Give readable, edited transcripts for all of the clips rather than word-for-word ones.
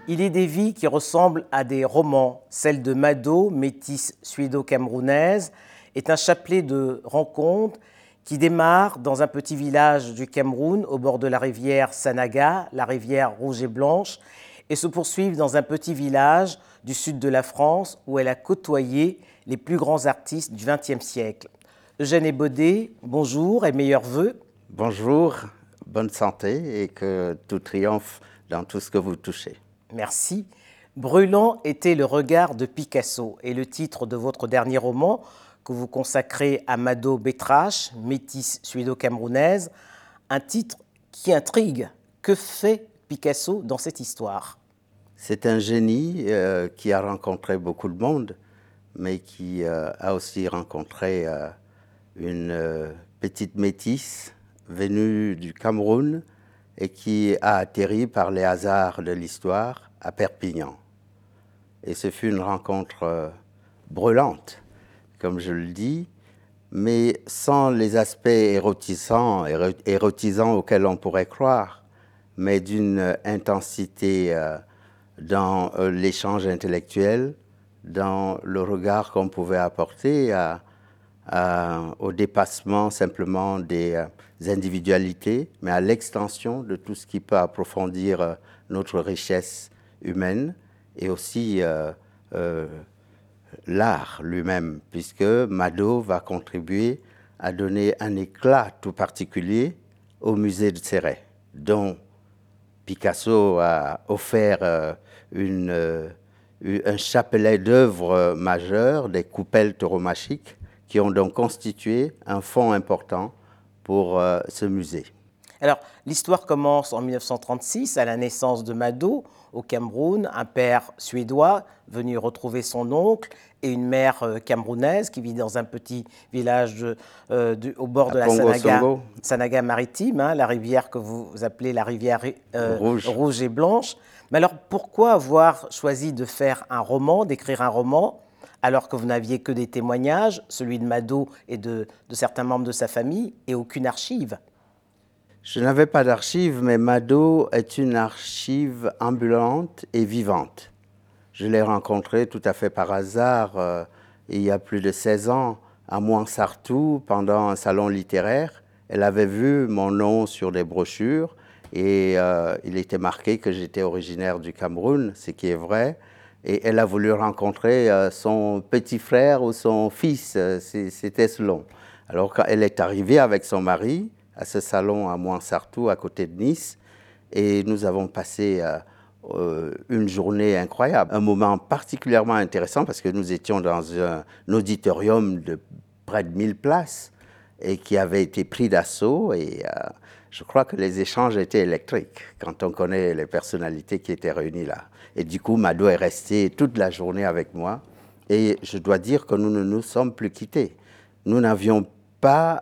Il est des vies qui ressemblent à des romans. Celle de Mado, métisse suédo-camerounaise, est un chapelet de rencontres qui démarre dans un petit village du Cameroun au bord de la rivière Sanaga, la rivière rouge et blanche, et se poursuivent dans un petit village du sud de la France où elle a côtoyé les plus grands artistes du XXe siècle. Eugène Ebodé, bonjour et meilleurs vœux. Bonjour, bonne santé et que tout triomphe dans tout ce que vous touchez. Merci. Brûlant était le regard de Picasso et le titre de votre dernier roman que vous consacrez à Mado Betrache, métisse suédo-camerounaise, un titre qui intrigue. Que fait Picasso dans cette histoire ? C'est un génie qui a rencontré beaucoup de monde, mais qui a aussi rencontré une petite métisse venue du Cameroun et qui a atterri par les hasards de l'histoire à Perpignan. Et ce fut une rencontre brûlante, comme je le dis, mais sans les aspects érotisants auxquels on pourrait croire, mais d'une intensité dans l'échange intellectuel, dans le regard qu'on pouvait apporter au dépassement simplement des individualités, mais à l'extension de tout ce qui peut approfondir notre richesse humaine et aussi l'art lui-même, puisque Mado va contribuer à donner un éclat tout particulier au musée de Céret, dont Picasso a offert un chapelet d'œuvres majeures, des coupelles tauromachiques, qui ont donc constitué un fonds important pour ce musée. Alors, l'histoire commence en 1936, à la naissance de Mado, au Cameroun, un père suédois venu retrouver son oncle et une mère camerounaise qui vit dans un petit village au bord de la Sanaga maritime, hein, la rivière que vous appelez la rivière rouge et blanche. Mais alors, pourquoi avoir choisi de faire un roman, d'écrire un roman, alors que vous n'aviez que des témoignages, celui de Mado et de certains membres de sa famille, et aucune archive ? Je n'avais pas d'archive, mais Mado est une archive ambulante et vivante. Je l'ai rencontrée tout à fait par hasard il y a plus de 16 ans à Mouansartou pendant un salon littéraire. Elle avait vu mon nom sur des brochures et il était marqué que j'étais originaire du Cameroun, ce qui est vrai. Et elle a voulu rencontrer son petit frère ou son fils, c'était selon. Alors quand elle est arrivée avec son mari à ce salon à Mouansartou, à côté de Nice, et nous avons passé une journée incroyable, un moment particulièrement intéressant parce que nous étions dans un auditorium de près de 1000 places et qui avait été pris d'assaut et je crois que les échanges étaient électriques quand on connaît les personnalités qui étaient réunies là. Et du coup, Mado est resté toute la journée avec moi et je dois dire que nous ne nous sommes plus quittés. Nous n'avions pas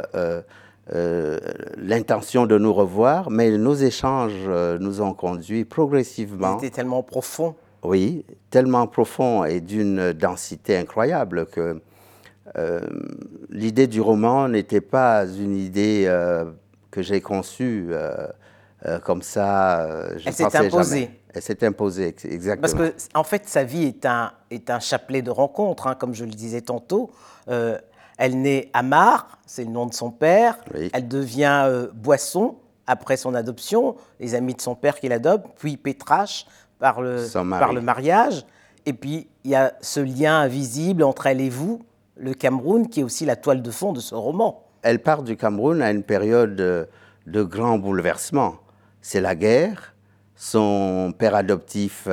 l'intention de nous revoir, mais nos échanges nous ont conduits progressivement. C'était tellement profond. Oui, tellement profond et d'une densité incroyable que l'idée du roman n'était pas une idée que j'ai conçue comme ça. Elle s'est imposée. Elle s'est imposée, exactement. Parce que, en fait, sa vie est un chapelet de rencontres, hein, comme je le disais tantôt. Elle naît Amar, c'est le nom de son père. Oui. Elle devient Boisson après son adoption, les amis de son père qui l'adoptent, puis Pétrache par le mariage. Et puis, il y a ce lien invisible entre elle et vous, le Cameroun, qui est aussi la toile de fond de ce roman. Elle part du Cameroun à une période de grands bouleversements. C'est la guerre. Son père adoptif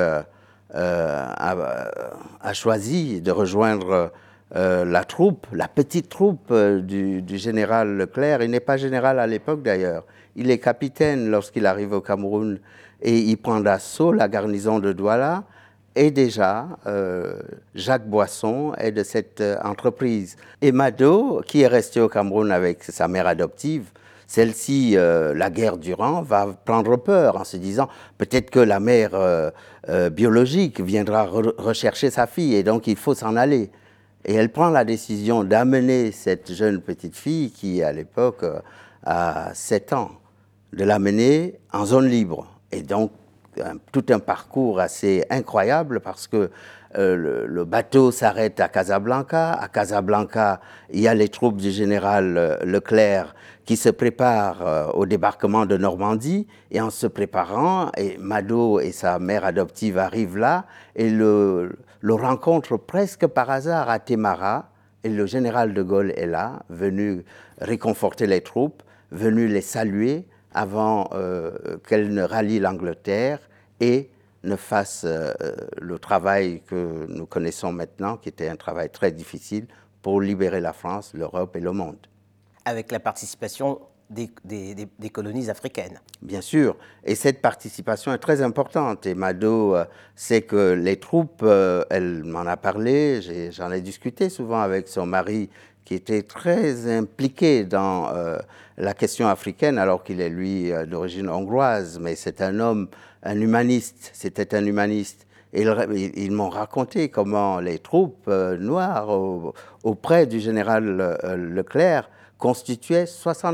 a choisi de rejoindre la troupe, la petite troupe du général Leclerc. Il n'est pas général à l'époque d'ailleurs. Il est capitaine lorsqu'il arrive au Cameroun et il prend d'assaut la garnison de Douala. Et déjà, Jacques Boisson est de cette entreprise. Et Mado, qui est resté au Cameroun avec sa mère adoptive, celle-ci, la guerre durant, va prendre peur en se disant peut-être que la mère biologique viendra rechercher sa fille et donc il faut s'en aller. Et elle prend la décision d'amener cette jeune petite fille qui, à l'époque, a 7 ans, de l'amener en zone libre. Et donc, tout un parcours assez incroyable parce que le bateau s'arrête à Casablanca. À Casablanca, il y a les troupes du général Leclerc qui se préparent au débarquement de Normandie. Et en se préparant, Mado et sa mère adoptive arrivent là et le rencontrent presque par hasard à Témara. Et le général de Gaulle est là, venu réconforter les troupes, venu les saluer avant qu'elles ne rallient l'Angleterre et ne fassent le travail que nous connaissons maintenant, qui était un travail très difficile pour libérer la France, l'Europe et le monde. Avec la participation des colonies africaines. Bien sûr, et cette participation est très importante. Et Mado sait que les troupes, elle m'en a parlé, j'en ai discuté souvent avec son mari, qui était très impliqué dans la question africaine, alors qu'il est, lui, d'origine hongroise, mais c'est un homme, un humaniste, c'était un humaniste. Et ils m'ont raconté comment les troupes noires auprès du général Leclerc constituaient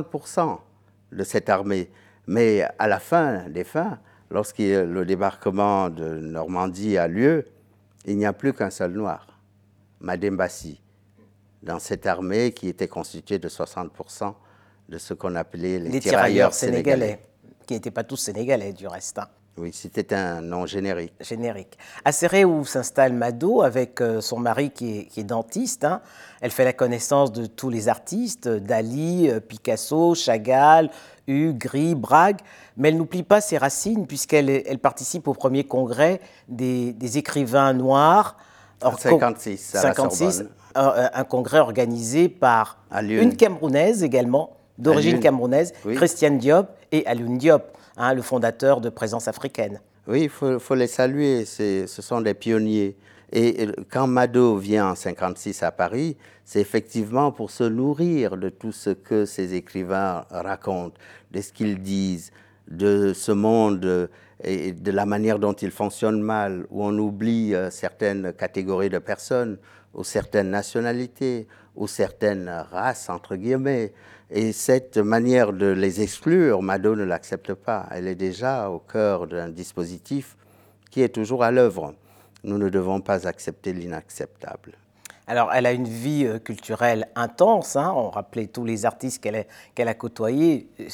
60% de cette armée. Mais à la fin des fins, lorsque le débarquement de Normandie a lieu, il n'y a plus qu'un seul noir, Madembassi, dans cette armée qui était constituée de 60% de ce qu'on appelait les tirailleurs sénégalais. Qui n'étaient pas tous sénégalais, du reste. Oui, c'était un nom générique. Générique. À Céré, où s'installe Mado avec son mari qui est dentiste, hein, elle fait la connaissance de tous les artistes, Dali, Picasso, Chagall, Hugues, Gris, Braque, mais elle n'oublie pas ses racines puisqu'elle participe au premier congrès des écrivains noirs. En 1956, à la Sorbonne. Un congrès organisé par une Camerounaise également, d'origine camerounaise, oui. Christiane Diop et Alioune Diop, hein, le fondateur de Présence africaine. Oui, il faut les saluer, ce sont des pionniers. Et quand Mado vient en 1956 à Paris, c'est effectivement pour se nourrir de tout ce que ces écrivains racontent, de ce qu'ils disent, de ce monde et de la manière dont il fonctionne mal, où on oublie certaines catégories de personnes, ou certaines nationalités, ou certaines races, entre guillemets. Et cette manière de les exclure, Mado ne l'accepte pas. Elle est déjà au cœur d'un dispositif qui est toujours à l'œuvre. Nous ne devons pas accepter l'inacceptable. Alors, elle a une vie culturelle intense. Hein. On rappelait tous les artistes qu'elle a côtoyés et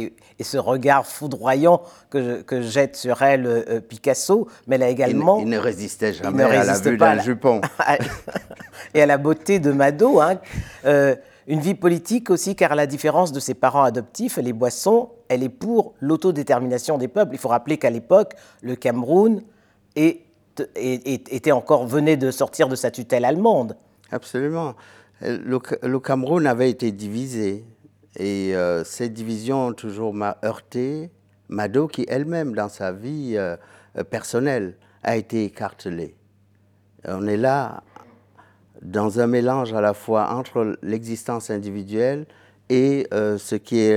ce regard foudroyant que jette sur elle Picasso. Mais elle a également... Il ne résistait jamais à la vue d'un jupon. Et à la beauté de Mado. Hein. Une vie politique aussi, car à la différence de ses parents adoptifs, les Boissons, elle est pour l'autodétermination des peuples. Il faut rappeler qu'à l'époque, le Cameroun venait de sortir de sa tutelle allemande. Absolument. Le Cameroun avait été divisé et ces divisions ont toujours heurté Mado, qui elle-même, dans sa vie personnelle, a été écartelée. On est là dans un mélange à la fois entre l'existence individuelle et ce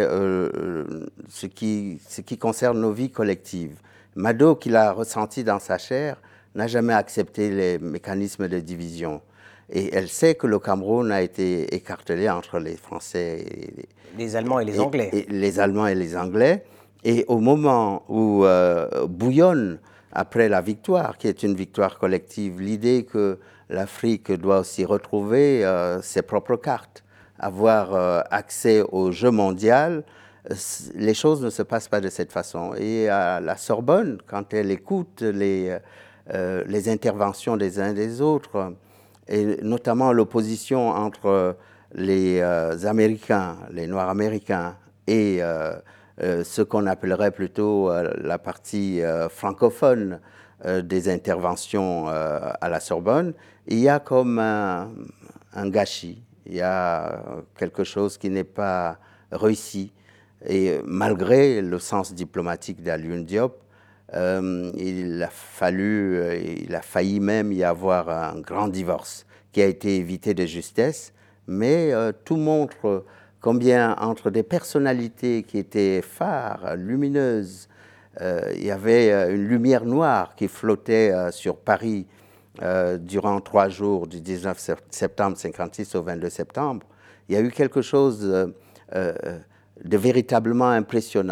qui concerne nos vies collectives. Mado, qui l'a ressenti dans sa chair, n'a jamais accepté les mécanismes de division. Et elle sait que le Cameroun a été écartelé entre les Français et les Allemands et les Anglais. Les Allemands et les Anglais. Et au moment où bouillonne, après la victoire, qui est une victoire collective, l'idée que l'Afrique doit aussi retrouver ses propres cartes, avoir accès au jeu mondial, les choses ne se passent pas de cette façon. Et à la Sorbonne, quand elle écoute les interventions des uns et des autres, et notamment l'opposition entre les Américains, les Noirs américains, et ce qu'on appellerait plutôt la partie francophone des interventions à la Sorbonne, il y a comme un gâchis, il y a quelque chose qui n'est pas réussi. Et malgré le sens diplomatique d'Alioune Diop, il a failli même y avoir un grand divorce qui a été évité de justesse, mais tout montre combien entre des personnalités qui étaient phares, lumineuses, il y avait une lumière noire qui flottait sur Paris durant 3 jours, du 19 septembre 1956 au 22 septembre. Il y a eu quelque chose de véritablement impressionnant.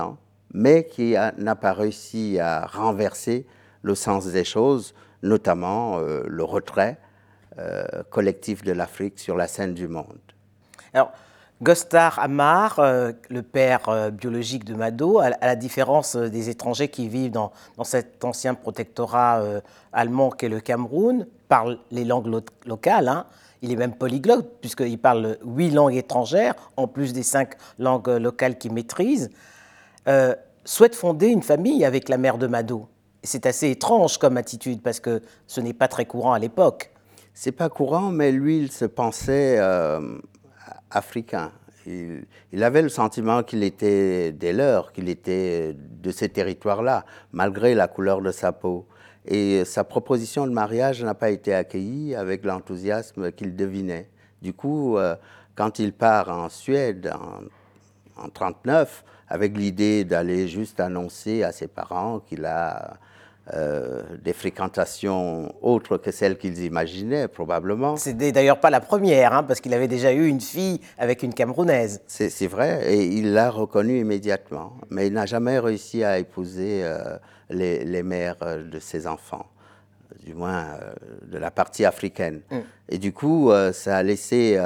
mais qui n'a pas réussi à renverser le sens des choses, notamment le retrait collectif de l'Afrique sur la scène du monde. Alors, Gostar Amar, le père biologique de Mado, à la différence des étrangers qui vivent dans cet ancien protectorat allemand qu'est le Cameroun, parle les langues locales. Hein. Il est même polyglotte, puisqu'il parle 8 langues étrangères, en plus des 5 langues locales qu'il maîtrise. Souhaite fonder une famille avec la mère de Mado. C'est assez étrange comme attitude, parce que ce n'est pas très courant à l'époque. C'est pas courant, mais lui, il se pensait africain. Il avait le sentiment qu'il était des leurs, qu'il était de ces territoires-là, malgré la couleur de sa peau. Et sa proposition de mariage n'a pas été accueillie avec l'enthousiasme qu'il devinait. Du coup, quand il part en Suède en 1939, avec l'idée d'aller juste annoncer à ses parents qu'il a des fréquentations autres que celles qu'ils imaginaient, probablement. C'est d'ailleurs pas la première, hein, parce qu'il avait déjà eu une fille avec une Camerounaise. C'est vrai, et il l'a reconnue immédiatement, mais il n'a jamais réussi à épouser les mères de ses enfants, du moins de la partie africaine. Et du coup, ça a laissé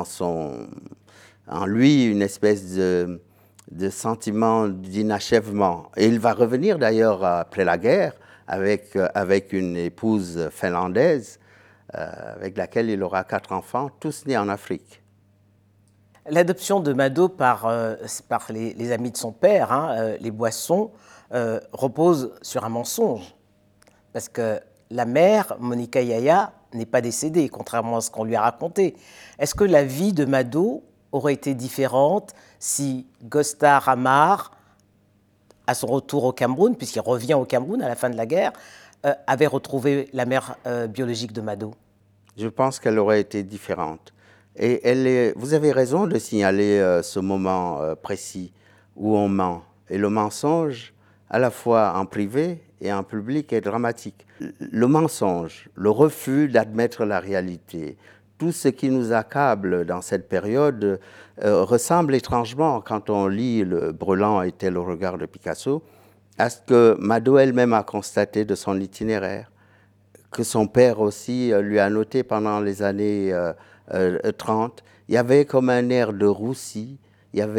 en lui une espèce de sentiment d'inachèvement. Et il va revenir d'ailleurs après la guerre avec une épouse finlandaise avec laquelle il aura 4 enfants, tous nés en Afrique. L'adoption de Mado par les amis de son père, hein, les Boissons, repose sur un mensonge. Parce que la mère, Monica Yaya, n'est pas décédée, contrairement à ce qu'on lui a raconté. Est-ce que la vie de Mado aurait été différente si Gostar Amar, à son retour au Cameroun, puisqu'il revient au Cameroun à la fin de la guerre, avait retrouvé la mère biologique de Mado? Je pense qu'elle aurait été différente. Et vous avez raison de signaler ce moment précis où on ment. Et le mensonge, à la fois en privé et en public, est dramatique. Le mensonge, le refus d'admettre la réalité, tout ce qui nous accable dans cette période ressemble étrangement, quand on lit Le brûlant était le regard de Picasso, à ce que Mado elle-même a constaté de son itinéraire, que son père aussi lui a noté pendant les années 30. Il y avait comme un air de roussi. Il y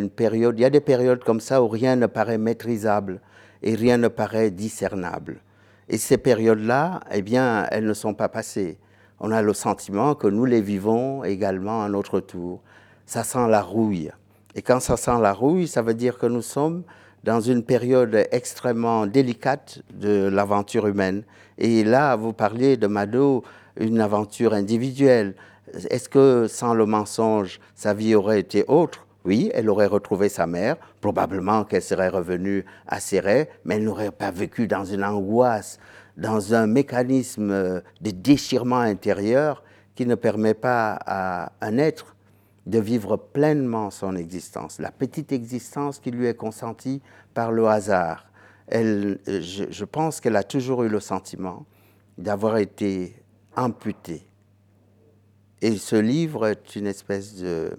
a des périodes comme ça où rien ne paraît maîtrisable et rien ne paraît discernable. Et ces périodes-là, eh bien, elles ne sont pas passées. On a le sentiment que nous les vivons également à notre tour. Ça sent la rouille. Et quand ça sent la rouille, ça veut dire que nous sommes dans une période extrêmement délicate de l'aventure humaine. Et là, vous parliez de Mado, une aventure individuelle. Est-ce que sans le mensonge, sa vie aurait été autre? Oui, elle aurait retrouvé sa mère, probablement qu'elle serait revenue à Céret, mais elle n'aurait pas vécu dans une angoisse, dans un mécanisme de déchirement intérieur qui ne permet pas à un être de vivre pleinement son existence, la petite existence qui lui est consentie par le hasard. Je pense qu'elle a toujours eu le sentiment d'avoir été amputée. Et ce livre est une espèce de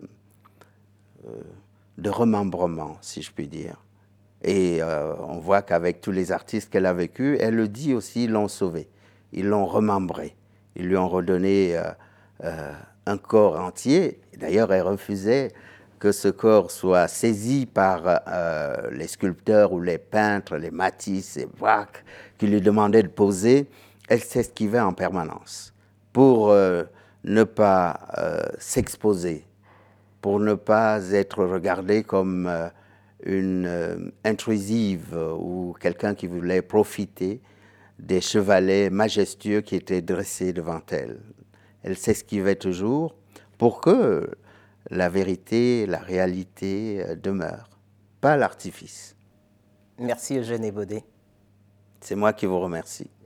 remembrement, si je puis dire. Et on voit qu'avec tous les artistes qu'elle a vécus, elle le dit aussi, ils l'ont sauvée, ils l'ont remembrée, ils lui ont redonné un corps entier. D'ailleurs, elle refusait que ce corps soit saisi par les sculpteurs ou les peintres, les Matisse et Braque, qui lui demandaient de poser. Elle s'esquivait en permanence pour ne pas s'exposer, pour ne pas être regardée comme une intrusive ou quelqu'un qui voulait profiter des chevalets majestueux qui étaient dressés devant elle. Elle s'esquivait toujours pour que la vérité, la réalité demeure, pas l'artifice. Merci Eugène Ebaudet. C'est moi qui vous remercie.